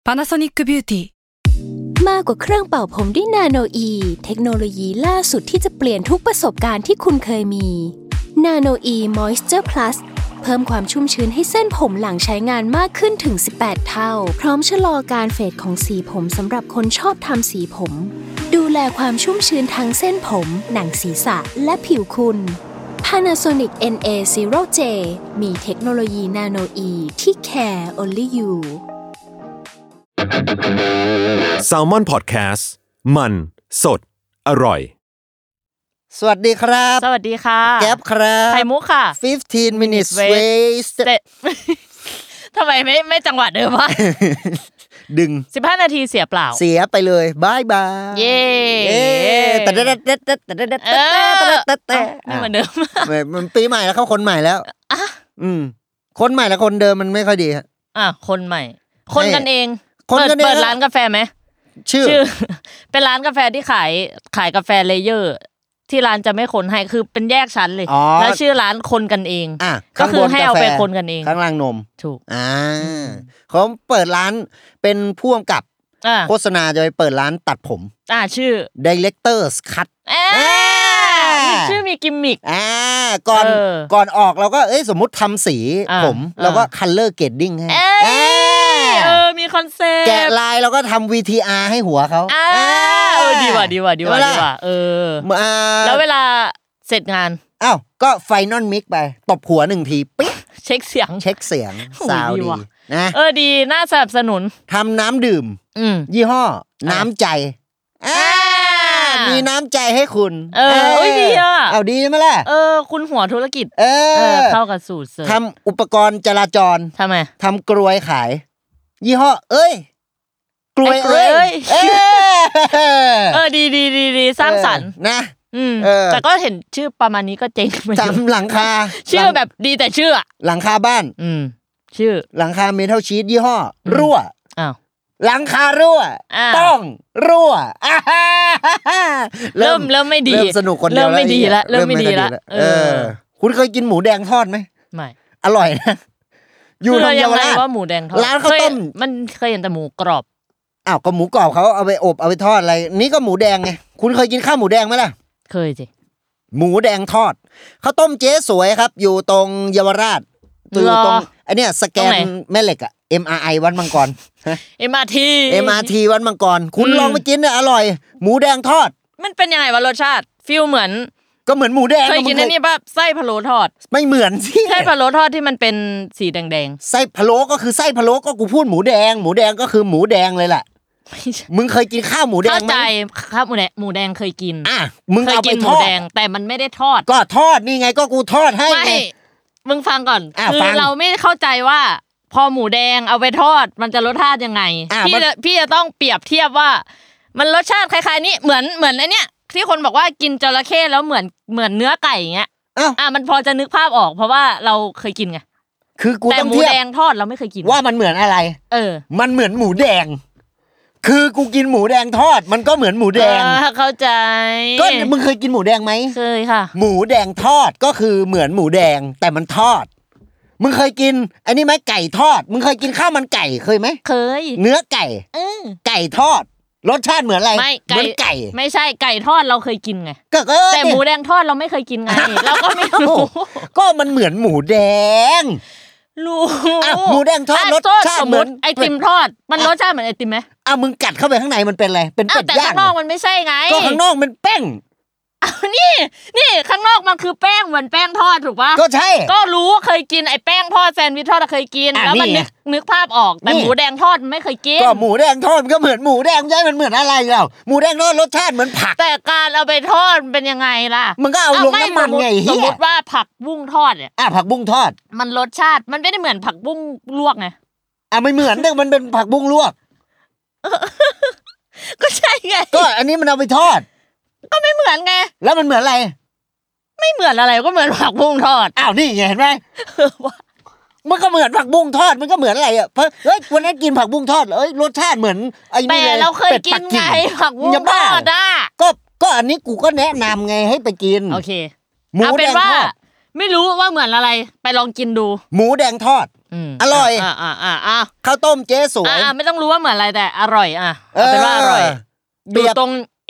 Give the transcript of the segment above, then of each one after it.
Panasonic Beauty มากกว่าเครื่องเป่าผมด้วยนาโนอีเทคโนโลยีล่าสุดที่จะเปลี่ยนทุกประสบการณ์ที่คุณเคยมีนาโนอีมอยส์เจอร์พลัสเพิ่มความชุ่มชื้นให้เส้นผมหลังใช้งานมากขึ้นถึง18เท่าพร้อมชะลอการเฟดของสีผมสำหรับคนชอบทำสีผมดูแลความชุ่มชื้นทั้งเส้นผมหนังศีรษะและผิวคุณ Panasonic NA0J มีเทคโนโลยีนาโนอีที่ care only you Salmon Podcast มันสดอร่อยสวัสดีครับสวัสดีค่ะแก๊ปครับไข่มุกค่ะ 15 minutes waste ทำไมไม่จังหวะเดิมวะดึง 15นาทีเสียเปล่าเสียไปเลยบายบายเย้แต่ไม่เหมือนเดิมมันปีใหม่แล้วเข้าคนใหม่แล้วคนใหม่และคนเดิมมันไม่ค่อยดีฮะคนใหม่คนกันเองเปิดร้านกาแฟไหมชื่อเป็นร้านกาแฟที่ขายกาแฟเลเยอร์ที่ร้านจะไม่คนให้คือเป็นแยกชั้นเลยแล้วชื่อร้านคนกันเองก็คือให้เอาไปคนกันเองข้างล่างนมถูกเขาเปิดร้านเป็นผู้กำกับโฆษณาจะไปเปิดร้านตัดผมชื่อ Director's Cut ชื่อมีกิมมิคก่อนออกเราก็สมมุติทำสีผมแล้วก็ color grading ให้มีคอนเซ็ปต์แกะลายแล้วก็ทำ VTR ให้หัวเขาดีว่ะแล้วเวลาเสร็จงานก็ Final Mix ไปตบหัว1ทีปิ๊บเช็คเสียงซาวดีนะดีน่าสนับสนุนทำน้ำดื่มยี่ห้อน้ำใจมีน้ำใจให้คุณดีเอาดีไหมล่ะคุณหัวธุรกิจเข้ากับสูตรทำอุปกรณ์จราจรทำไมทำกลวยขายยี่ห้อกลวยดีสร้างสรรค์นะแต่ก็เห็นชื่อประมาณนี้ก็เจ๊งทำหลังคาชื่อแบบดีแต่ชื่อหลังคาบ้านชื่อหลังคาเมทัลชีทยี่ห้อรั่วหลังคารั่วต้องรั่วเริ่มไม่ดีเริ่มสนุกคนเดียวเริ่มไม่ดีละคุณเคยกินหมูแดงทอดไหมไม่อร่อยนะอยู่ทางเยาวราชว่าหมูแดงทอดร้านข้าวต้มมันเคยเห็นแต่หมูกรอบก็หมูกรอบเขาเอาไปอบเอาไปทอดอะไรนี่ก็หมูแดงไงคุณเคยกินข้าวหมูแดงไหมล่ะเคยสิหมูแดงทอดข้าวต้มเจ๊สวยครับอยู่ตรงเยาวราชอยู่ตรงอันเนี้ยสแกนแม่เหล็กอะ MRI วัดมังกรMRT วัดมังกรคุณลองไปกินเนี่ยอร่อยหมูแดงทอดมันเป็นยังไงวะรสชาติฟีลเหมือนก็เหมือนหมูแดงเคยกินอันนี้ป่ะไส้พะโล้ทอดไม่เหมือนสิไส้พะโล้ทอดที่มันเป็นสีแดงๆไส้พะโล้ก็คือไส้พะโล้ก็กูพูดหมูแดงก็คือหมูแดงเลยแหละมึงเคยกินข้าวหมูแดงมั้ยเข้าใจข้าวหมูแดงเคยกินมึงเอาไปทอดแต่มันไม่ได้ทอดก็ทอดนี่ไงก็กูทอดให้ไม่มึงฟังก่อนคือเราไม่เข้าใจว่าพอหมูแดงเอาไปทอดมันจะรสชาติยังไงพี่จะต้องเปรียบเทียบว่ามันรสชาติคล้ายๆนี้เหมือนไอ้เนี้ยที่คนบอกว่ากินจระเข้แล้วเหมือนเนื้อไก่อย่างเงี้ยมันพอจะนึกภาพออกเพราะว่าเราเคยกินไงคือกูต้องเทียบแต่หมูแดงทอดเราไม่เคยกินว่ามันเหมือนอะไรมันเหมือนหมูแดงคือกูกินหมูแดงทอดมันก็เหมือนหมูแดงเข้าใจก็มึงเคยกินหมูแดงไหมเคยค่ะหมูแดงทอดก็คือเหมือนหมูแดงแต่มันทอดมึงเคยกินอันนี้ไหมไก่ทอดมึงเคยกินข้าวมันไก่เคยไหมเคยเนื้อไก่ไก่ทอดรสชาติเหมือนอะไรเหมือนไก่ไม่ใช่ไก่ทอดเราเคยกินไงแต่หมูแดงทอดเราไม่เคยกินไงเราก็ไม่รู้ก็มันเหมือนหมูแดงรู้หมูแดงทอดรสชาติเหมือนไอติมทอดมันรสชาติเหมือนไอติมไหมมึงกัดเข้าไปข้างในมันเป็นอะไรเป็นเป็ดย่างแต่ข้างนอกมันไม่ใช่ไงก็ข้างนอกมันแป้งนี่ข้างนอกมันคือแป้งเหมือนแป้งทอดถูกป่ะก็ใช่ก็รู้เคยกินไอ้แป้งทอดแซนด์วิชทอดเคยกินแล้วมันนึกภาพออกแต่หมูแดงทอดไม่เคยกินก็หมูแดงทอดมันก็เหมือนหมูแดงใช่มันเหมือนอะไรเล่าหมูแดงทอดรสชาติเหมือนผักแต่การเอาไปทอดเป็นยังไงล่ะมันก็เอาลงน้ำมันไงสมมติว่าผักบุ้งทอดเนี่ยผักบุ้งทอดมันรสชาติมันไม่ได้เหมือนผักบุ้งลวกไงไม่เหมือนเด้อมันเป็นผักบุ้งลวกก็ใช่ไงก็อันนี้มันเอาไปทอดก็ไม่เหมือนไงแล้วมันเหมือนอะไรไม่เหมือนอะไรก็เหมือนผักบุ้งทอดนี่ไงเห็นไหมมันก็เหมือนผักบุ้งทอดมันก็เหมือนอะไรเพราะวันนั้นกินผักบุ้งทอดรสชาติเหมือนไอ้นี่เลยแต่เราเคยกินไงผักบุ้งทอดก็อันนี้กูก็แนะนำไงให้ไปกินโอเคหมูแดงทอดไม่รู้ว่าเหมือนอะไรไปลองกินดูหมูแดงทอดอร่อยข้าวต้มเจ๊สวยไม่ต้องรู้ว่าเหมือนอะไรแต่อร่อยเอาเป็นว่าอร่อยอยู่ตรง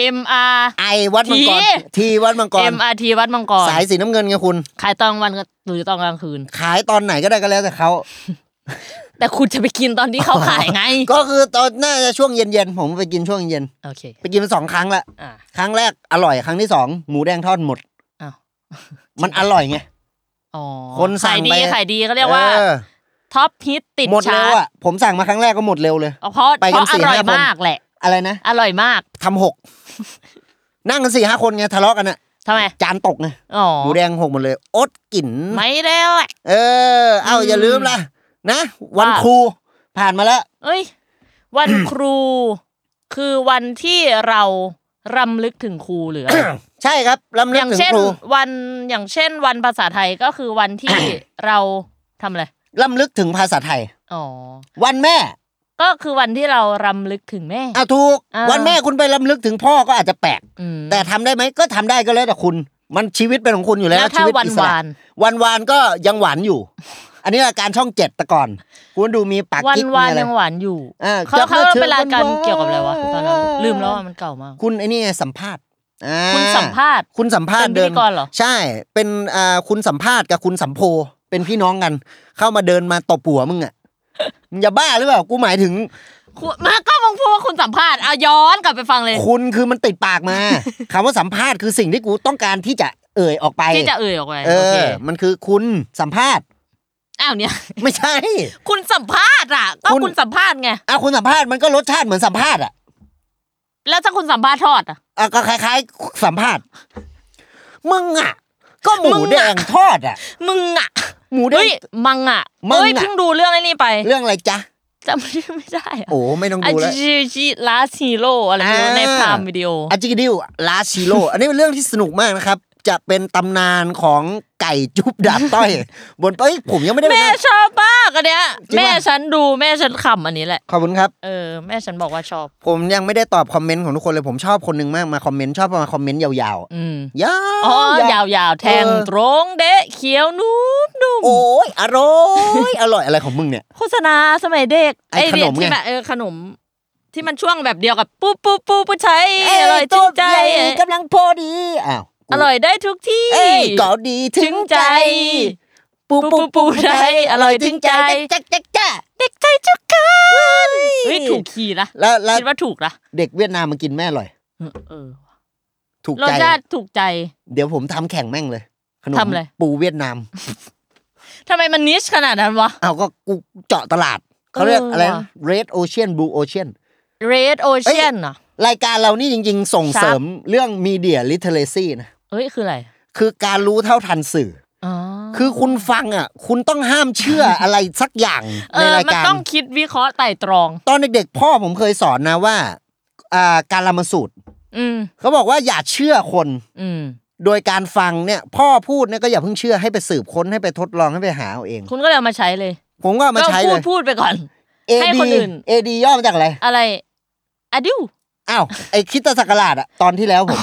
MRI วัดมังกรทีวัดมังกร MRT วัดมังกรสายสีน้ำเงินไงคุณขายตอนวันหรือตอนกลางคืนขายตอนไหนก็ได้ก็แล้วแต่เขาแต่คุณจะไปกินตอนที่เขาขายไงก็คือตอนน่าจะช่วงเย็นๆผมไปกินช่วงเย็นโอเคไปกินมา2ครั้งละครั้งแรกอร่อยครั้งที่2หมูแดงทอดหมดมันอร่อยไงคนสั่งไปขายดีเขาเรียกว่าท็อปฮิตติดชาร์ตหมดเร็วอ่ะผมสั่งมาครั้งแรกก็หมดเร็วเลยเพราะอร่อยมากแหละอะไรนะอร่อยมากทำ6นั่งกัน 4-5 คนไงทะเลาะกันน่ะทำไมจานตกไงหมูแดง6หมดเลยอดกลิ่นไม่แล้วอย่าลืมล่ะนะวันครูผ่านมาแล้ววันครูคือวันที่เรารำลึกถึงครูหรืออะไรใช่ครับรำลึกถึงครูอย่างเช่นวันภาษาไทยก็คือวันที่เราทำอะไรรำลึกถึงภาษาไทยวันแม่ก็คือวันที่เรารำลึกถึงแม่ถูกวันแม่คุณไปรำลึกถึงพ่อก็อาจจะแปลกแต่ทำได้ไหมก็ทำได้ก็แล้วแต่คุณมันชีวิตเป็นของคุณอยู่แล้วชีวิตอิสระวันก็ยังหวานอยู่อันนี้รายการช่อง7แต่ก่อนคุณดูมีปากกิ๊กมีอะไรยังหวานอยู่เขาเป็นรายการเกี่ยวกับอะไรวะตอนนั้นลืมแล้วมันเก่ามากคุณไอ้นี่สัมภาษณ์คุณสัมภาษณ์เดินเหรอใช่เป็นคุณสัมภาษณ์กับคุณสัมโพเป็นพี่น้องกันเข้ามาเดินมาตบหัวมึงอ่ะมึงอย่าบ้าหรือเปล่ากูหมายถึงมาก็มึงพูดว่าคุณสัมภาษณ์ย้อนกลับไปฟังเลยคุณคือมันติดปากมาคำว่าสัมภาษณ์คือสิ่งที่กูต้องการที่จะเอ่ยออกไปมันคือคุณสัมภาษณ์เนี่ยไม่ใช่คุณสัมภาษณ์ก็คุณสัมภาษณ์ไงคุณสัมภาษณ์มันก็รสชาติเหมือนสัมภาษณ์แล้วถ้าคุณสัมภาษณ์ทอดก็คล้ายๆสัมภาษณ์มึงก็หมูแดงทอดมึงหมูแดงมังเพิ่งดูเรื่องไอ้นี่ไปเรื่องอะไรจ๊ะจำชื่อไม่ได้ไม่ต้องดูแล้วจิลาซีโร่อะไรในพรามวิดีโอจิกิดิวลาซีโร่อันนี้เป็นเรื่องที่สนุกมากนะครับจะเป็นตำนานของไก่จุ๊บดาบต้อยบนผมยังไม่ได้แม่ชอบมากอันเนี้ยแม่ฉันดูแม่ฉันขำอันนี้แหละขอบคุณครับแม่ฉันบอกว่าชอบผมยังไม่ได้ตอบคอมเมนต์ของทุกคนเลยผมชอบคนนึงมากมาคอมเมนต์ชอบมาคอมเมนต์ยาวๆยาวแทงตรงเดะเขียวนุ่มโอ้ยอร่อยอะไรของมึงเนี่ยโฆษณาสมัยเด็กไอ้ขนมไงขนมที่มันช่วงแบบเดียวกับปูใช้อร่อยถึงใจกำลังพอดีอร่อยได้ทุกที่ก็ดีถึงใจปูได้อร่อยถึงใจจ๊ะเด็กใจจุกกันถูกขี่นะแล้วคิดว่าถูกนะเด็กเวียดนามมากินแม่อร่อยถูกใจรสชาติถูกใจเดี๋ยวผมทำแข่งแม่งเลยขนมปูเวียดนามทำไมมันนิชขนาดนั้นวะก็กูเจาะตลาดเขาเรียกอะไร Red Ocean Blue Ocean Red Ocean น่ะรายการเรานี่จริงๆส่งเสริมเรื่อง Media Literacy นะคืออะไรคือการรู้เท่าทันสื่อคือคุณฟังคุณต้องห้ามเชื่ออะไรสักอย่างในรายการมันต้องคิดวิเคราะห์ไต่ตรองตอนเด็กๆพ่อผมเคยสอนนะว่าการละมสูตรเขาบอกว่าอย่าเชื่อคนโดยการฟังเนี่ยพ่อพูดเนี่ยก็อย่าเพิ่งเชื่อให้ไปสืบค้นให้ไปทดลองให้ไปหาเอาเองคุณก็เลยเอามาใช้เลยผมก็เอามาใช้เลยพูดไปก่อนให้คนอื่น AD ย่อมาจากอะไร adiu ไอ้คริสตศักราชตอนที่แล้วผม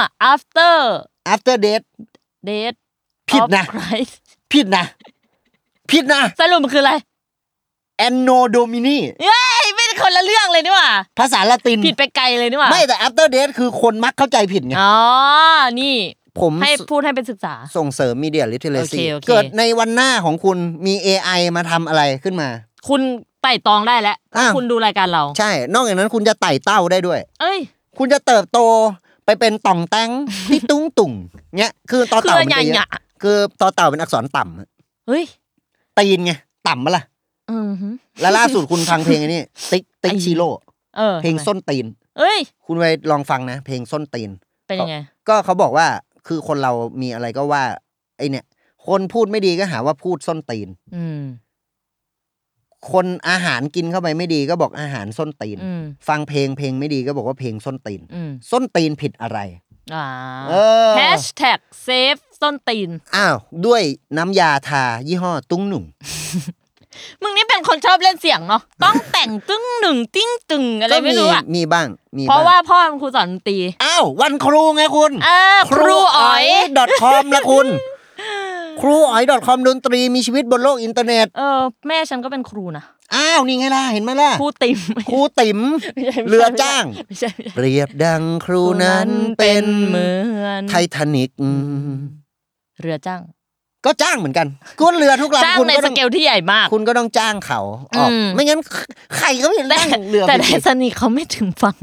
after date ผิดนะสรุปมันคืออะไร anno domini ไม่คนละเรื่องเลยนี่หว่าภาษาละตินผิดไปไกลเลยนี่หว่าไม่แต่ after date คือคนมักเข้าใจผิดไงนี่ผมให้พูดให้เป็นศึกษาส่งเสริม media literacy เกิดในวันหน้าของคุณมี AI มาทำอะไรขึ้นมาคุณไต่ตองได้แล้วคุณดูรายการเราใช่นอกจากนั้นคุณจะไต่เต้าได้ด้วยคุณจะเติบโตไปเป็นต่องแตงที่ตุ้งตุ่งเงี้ยคือต่อเต่ามันจะเยอะคือต่อเต่าเป็นอักษรต่ำตีนไงต่ำปะล่ะแล้วล่าสุดคุณฟังเพลงนี้ติ๊กชิโร่เพลงส้นตีนคุณไปลองฟังนะเพลงส้นตีนเป็นยังไงก็เขาบอกว่าคือคนเรามีอะไรก็ว่าไอเนี่ยคนพูดไม่ดีก็หาว่าพูดส้นตีนคนอาหารกินเข้าไปไม่ดีก็บอกอาหารส้นตีนฟังเพลงไม่ดีก็บอกว่าเพลงส้นตีนส้นตีนผิดอะไร #save ส้นตีนด้วยน้ำยาทายี่ห้อตุ้งหนุ่งมึงนี่เป็นคนชอบเล่นเสียงเนาะต้องแต่งตึ้งหนึ่งติ้งตึงอะไรไม่รู้มีบ้างเพราะว่าพ่อเป็นครูสอนดนตรีวันครูไงคุณครูอ๋อย .com ละคุณครูอ๋อย .com ดนตรีมีชีวิตบนโลกอินเทอร์เน็ตแม่ฉันก็เป็นครูนะอ้าวนี่ไงล่ะเห็นไหมล่ะครูติ๋มเรือจ้างเปรียบดังครูนั้นเป็นเหมือนไททานิคเรือจ้างก็จ้างเหมือนกันก็เรือทุกลำคุณก็ในสเกลที่ใหญ่มากคุณก็ต้องจ้างเขาออกไม่งั้นใครก็ไม่จ้างเรือแต่ไททานิคเขาไม่ถึงฝั่ง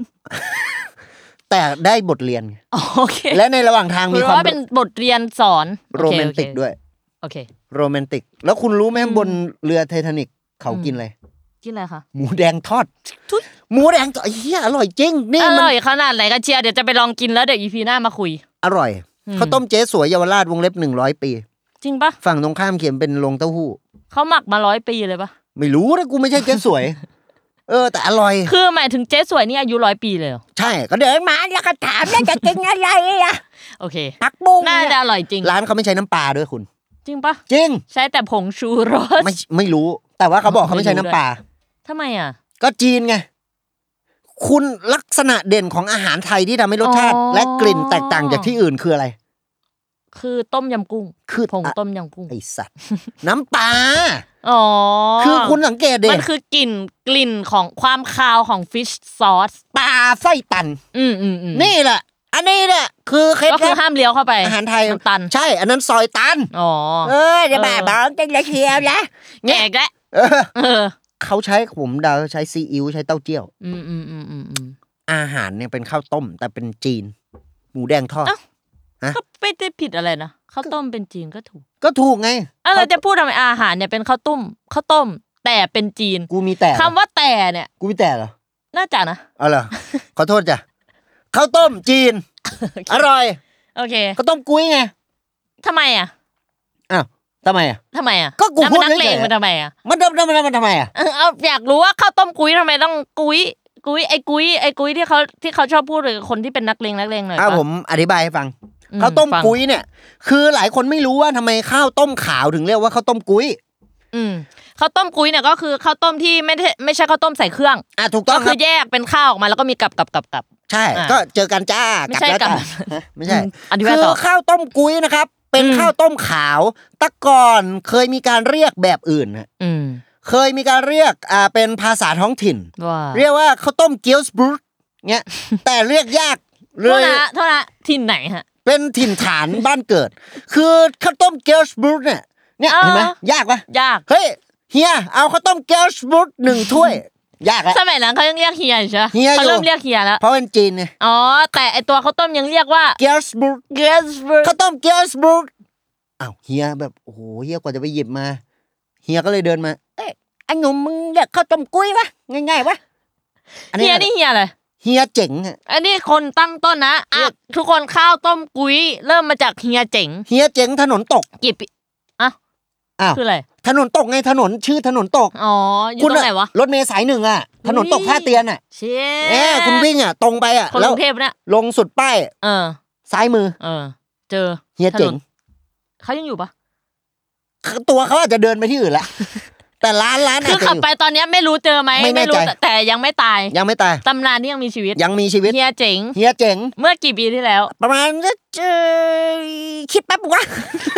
แต่ได้บทเรียนโอเคและในระหว่างทางมีความว่าเป็นบทเรียนสอนโรแมนติกด้วยโอเคโรแมนติกแล้วคุณรู้ไหมบนเรือไททานิคเขากินอะไรคะหมูแดงทอดหมูแดงเฮียอร่อยจริงนี่อร่อยขนาดไหนกันเชียร์เดี๋ยวจะไปลองกินแล้วเดี๋ยว EP หน้ามาคุยอร่อยข้าวต้มเจ๊สวยเยาวราชวงเล็บ100 ปีจริงปะฝั่งตรงข้ามเขียนเป็นโรงเต้าหู้เขาหมักมา100 ปีเลยปะไม่รู้นะกูไม่ใช่เจ๊สวยแต่อร่อยคือหมายถึงเจ๊สวยนี่อายุ100 ปีเลยใช่ก็เดินมาแล้วก็ถามแล้วจะกินอะไรอ่ะโอเคผักบุ้งน่าจะอร่อยจริงร้านเขาไม่ใช้น้ำปลาด้วยคุณจริงปะจริงใช้แต่ผงชูรสไม่รู้แต่ว่าเขาบอกเขาไม่ใช้น้ำปลาทำไมอ่ะก็จีนไงคุณลักษณะเด่นของอาหารไทยที่ทำให้รสชาติและกลิ่นแตกต่างจากที่อื่นคืออะไรคือต้มยำกุ้งคือผงต้มยำกุ้งไอสัตว์น้ำปลาคือคุณสังเกตดิมันคือกลิ่นของความคาวของฟิชซอสปลาไส้ตันนี่แหละอันนี้เนี่ยคือก็คือห้ามเลี้ยวเข้าไปอาหารไทยตันใช่อันนั้นซอยตันจะแบบบ้าจังเลยเชียวนะแง่แกะเขาใช้ผมเดาใช้ซีอิ๊วใช้เต้าเจี้ยวอาหารเนี่ยเป็นข้าวต้มแต่เป็นจีนหมูแดงทอดก็ไม่ได้ผิดอะไรนะข้าวต้มเป็นจีนก็ถูกไงเราจะพูดทำไมอาหารเนี่ยเป็นข้าวต้มแต่เป็นจีนกูมีแต่คำว่าแต่เนี่ยกูมีแต่เหรอน่าจะนะเหรอขอโทษจ้ะข้าวต้มจีนอร่อยโอเคข้าวต้มกุ้ยไงทำไมอ่ะอ้าวทำไมอ่ะก็กูพูดนักเลงมันทำไมอ่ะมันทำไมอ่ะเอาอยากรู้ว่าข้าวต้มกุ้ยทำไมต้องกุ้ยไอ้กุ้ยที่เขาชอบพูดเลยคนที่เป็นนักเลงหน่อยผมอธิบายให้ฟังข้าวต้มกุ้ยเนี่ยคือหลายคนไม่รู้ว่าทำไมข้าวต้มขาวถึงเรียกว่าข้าวต้มกุ้ยข้าวต้มกุ้ยเนี่ยก็คือข้าวต้มที่ไม่ใช่ข้าวต้มใส่เครื่องถูกต้องก็คือแยกเป็นข้าวออกมาแล้วก็มีกับใช่ก็เจอกันจ้ากับแล้วจ้าไม่ใช่คือข้าวต้มกุ้ยนะครับเป็นข้าวต้มขาวแต่ก่อนเคยมีการเรียกแบบอื่นฮะเคยมีการเรียกเป็นภาษาท้องถิ่นเรียกว่าข้าวต้มเกี๊ยวสบรูทเงี้ยแต่เรียกยากเลยโทษนะถิ่นไหนฮะเป็นถิ่นฐานบ้านเกิดคือข้าวต้มเกี๊ยวสบรูทเนี่ยเห็นไหมยากปะยากเฮ้ยเฮียเอาข้าวต้มเกี๊ยวสบรูท1 ถ้วยยากแล้วสมัยนั้นเขายังเรียกเฮียใช่เขาเริ่มเรียกเฮียแล้วเพราะเป็นจีนไงแต่ไอตัวข้าวต้มยังเรียกว่าเกี๊ยวสบรูทข้าวต้มเกี๊ยวสบรูทอ้าวเฮียแบบโอ้โหเฮียกว่าจะไปหยิบมาเฮียก็เลยเดินมาไอ้หนุ่มมึงเรียกข้าวต้มกุ้ยวะง่ายๆวะเฮียนี่เฮียอะไรเฮียเจ๋งอันนี้คนตั้งต้นนะทุกคนข้าวต้มกุ้ยเริ่มมาจากเฮียเจ๋งถนนตกกี่ปีคืออะไรถนนตกไงถนนชื่อถนนตกอยู่ตรงไหนวะรถเมล์สาย1ถนนตกท่าเตียนเชี่ยคุณวิ่งตรงไปแล้วกรุงเทพเนี่ยลงสุดป้ายซ้ายมือเจอเฮียเจ๋งเขายังอยู่ปะตัวเขาอาจจะเดินไปที่อื่นละแต่ร้านคือขับไปตอนนี้ไม่รู้เจอไหมไม่รู้แต่ยังไม่ตายตำนานนี่ยังมีชีวิตเฮียเจ๋งเมื่อกี่ปีที่แล้วประมาณคิดแป๊บวะ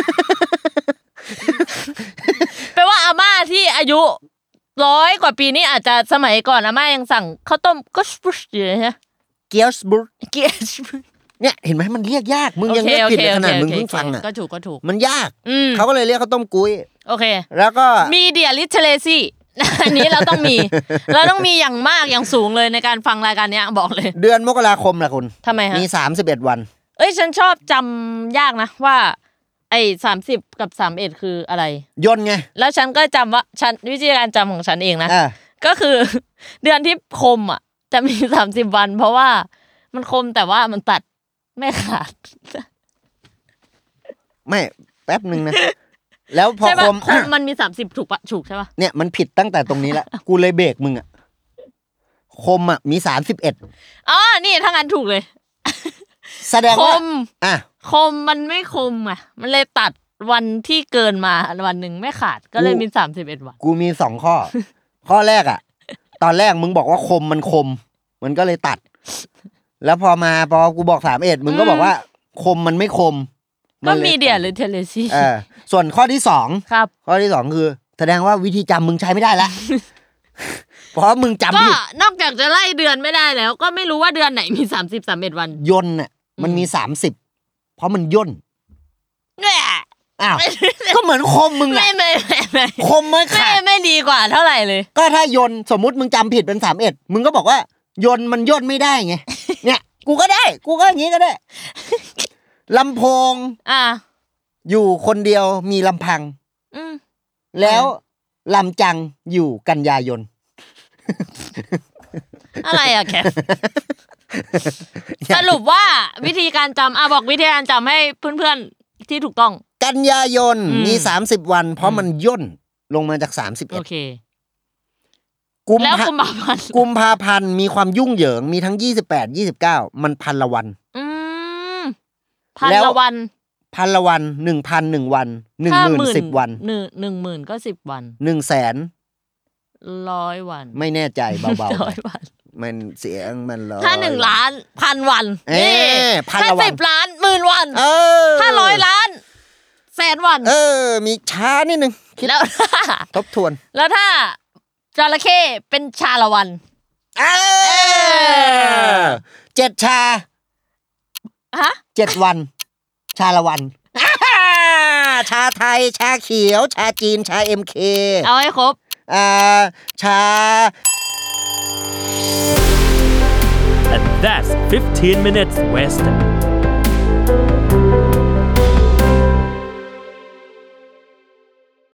แปลว่าอาม่าที่อายุ100 กว่าปีนี้อาจจะสมัยก่อนอาม่ายังสั่งข้าวต้มก็สบูชอยู่นะฮะเกี๊ยวสบูชเนี่ยเห็นไหมมันเรียกยากมึงยังเรียกผิดขนาดมึงเพิ่งฟังก็ถูกมันยากเขาก็เลยเรียกข้าวต้มกุ้ยโอเคแล้วก็มีเดียลิเทเลซี่อันนี้เราต้องมีอย่างมากอย่างสูงเลยในการฟังรายการนี้บอกเลยเดือนมกราคมล่ะคุณทำไมฮะมี31 วันฉันชอบจำยากนะว่าไอ้30กับ31คืออะไรยนต์ไงแล้วฉันก็จำว่าวิธีการจำของฉันเองนะก็คือเดือนที่คมจะมี30 วันเพราะว่ามันคมแต่ว่ามันตัดไม่ขาดไม่แป๊บนึงนะแล้วพอคมมันมี30ถูกใช่ป่ะเนี่ยมันผิดตั้งแต่ตรงนี้ละกูเลยเบรกมึงคมมี31 นี่ถ้างั้นถูกเลยแสดงว่าคมมันไม่คมมันเลยตัดวันที่เกินมาวันนึงไม่ขาดก็เลยมี31 วันกูมี2 ข้อข้อแรกตอนแรกมึงบอกว่าคมมันก็เลยตัดแล้วพอกูบอก31มึงก็บอกว่าคมมันไม่คมก็มีเดียหรือเทเลซีส่วนข้อที่2 ครับข้อที่2คือแสดงว่าวิธีจำมึงใช้ไม่ได้ละ เพราะมึงจำผิดก็นอกจากจะไล่เดือนไม่ได้แล้วก็ไม่รู้ว่าเดือนไหนมี30 31วันย่นน่ะมันมี30เพราะมันย่นอ้าวก็เหมือนคมมึงอ่ะไม่คมไม่ขาดไม่ดีกว่าเท่าไหร่เลยก็ถ้ายนสมมุติมึงจำผิดเป็น31มึงก็บอกว่ายนมันย่นไม่ได้ไงเนี่ยกูก็อย่างงี้ก็ได้ลำโพงอยู่คนเดียวมีลำพังแล้วลำจังอยู่กันยายนอะไรอะแกสรุปว่าวิธีการจำบอกวิธีการจำให้เพื่อนๆที่ถูกต้องกันยายนมี30วันเพราะมันย่นลงมาจาก31 โอเคแล้วกุมภาพันธ์มีความยุ่งเหยิงมีทั้ง28 29มันพันละวันพันละวัน 1,000 1วัน 10,000 10วัน 10,000ก็10วัน 100,000 100วันไม่แน่ใจเบาๆ100วันมันเสียงมันถ้า1ล้าน1,000วันนี่ถ้า10ล้าน10,000วันถ้า100ล้าน100,000วันมีช้านิดนึงแล้วทบทวนแล้วถ้าจระเข้เป็นชาละวัน 7ชา7วันชาละวันชาไทยชาเขียวชาจีนชา MK เอาให้ครบชา And that's 15 minutes Western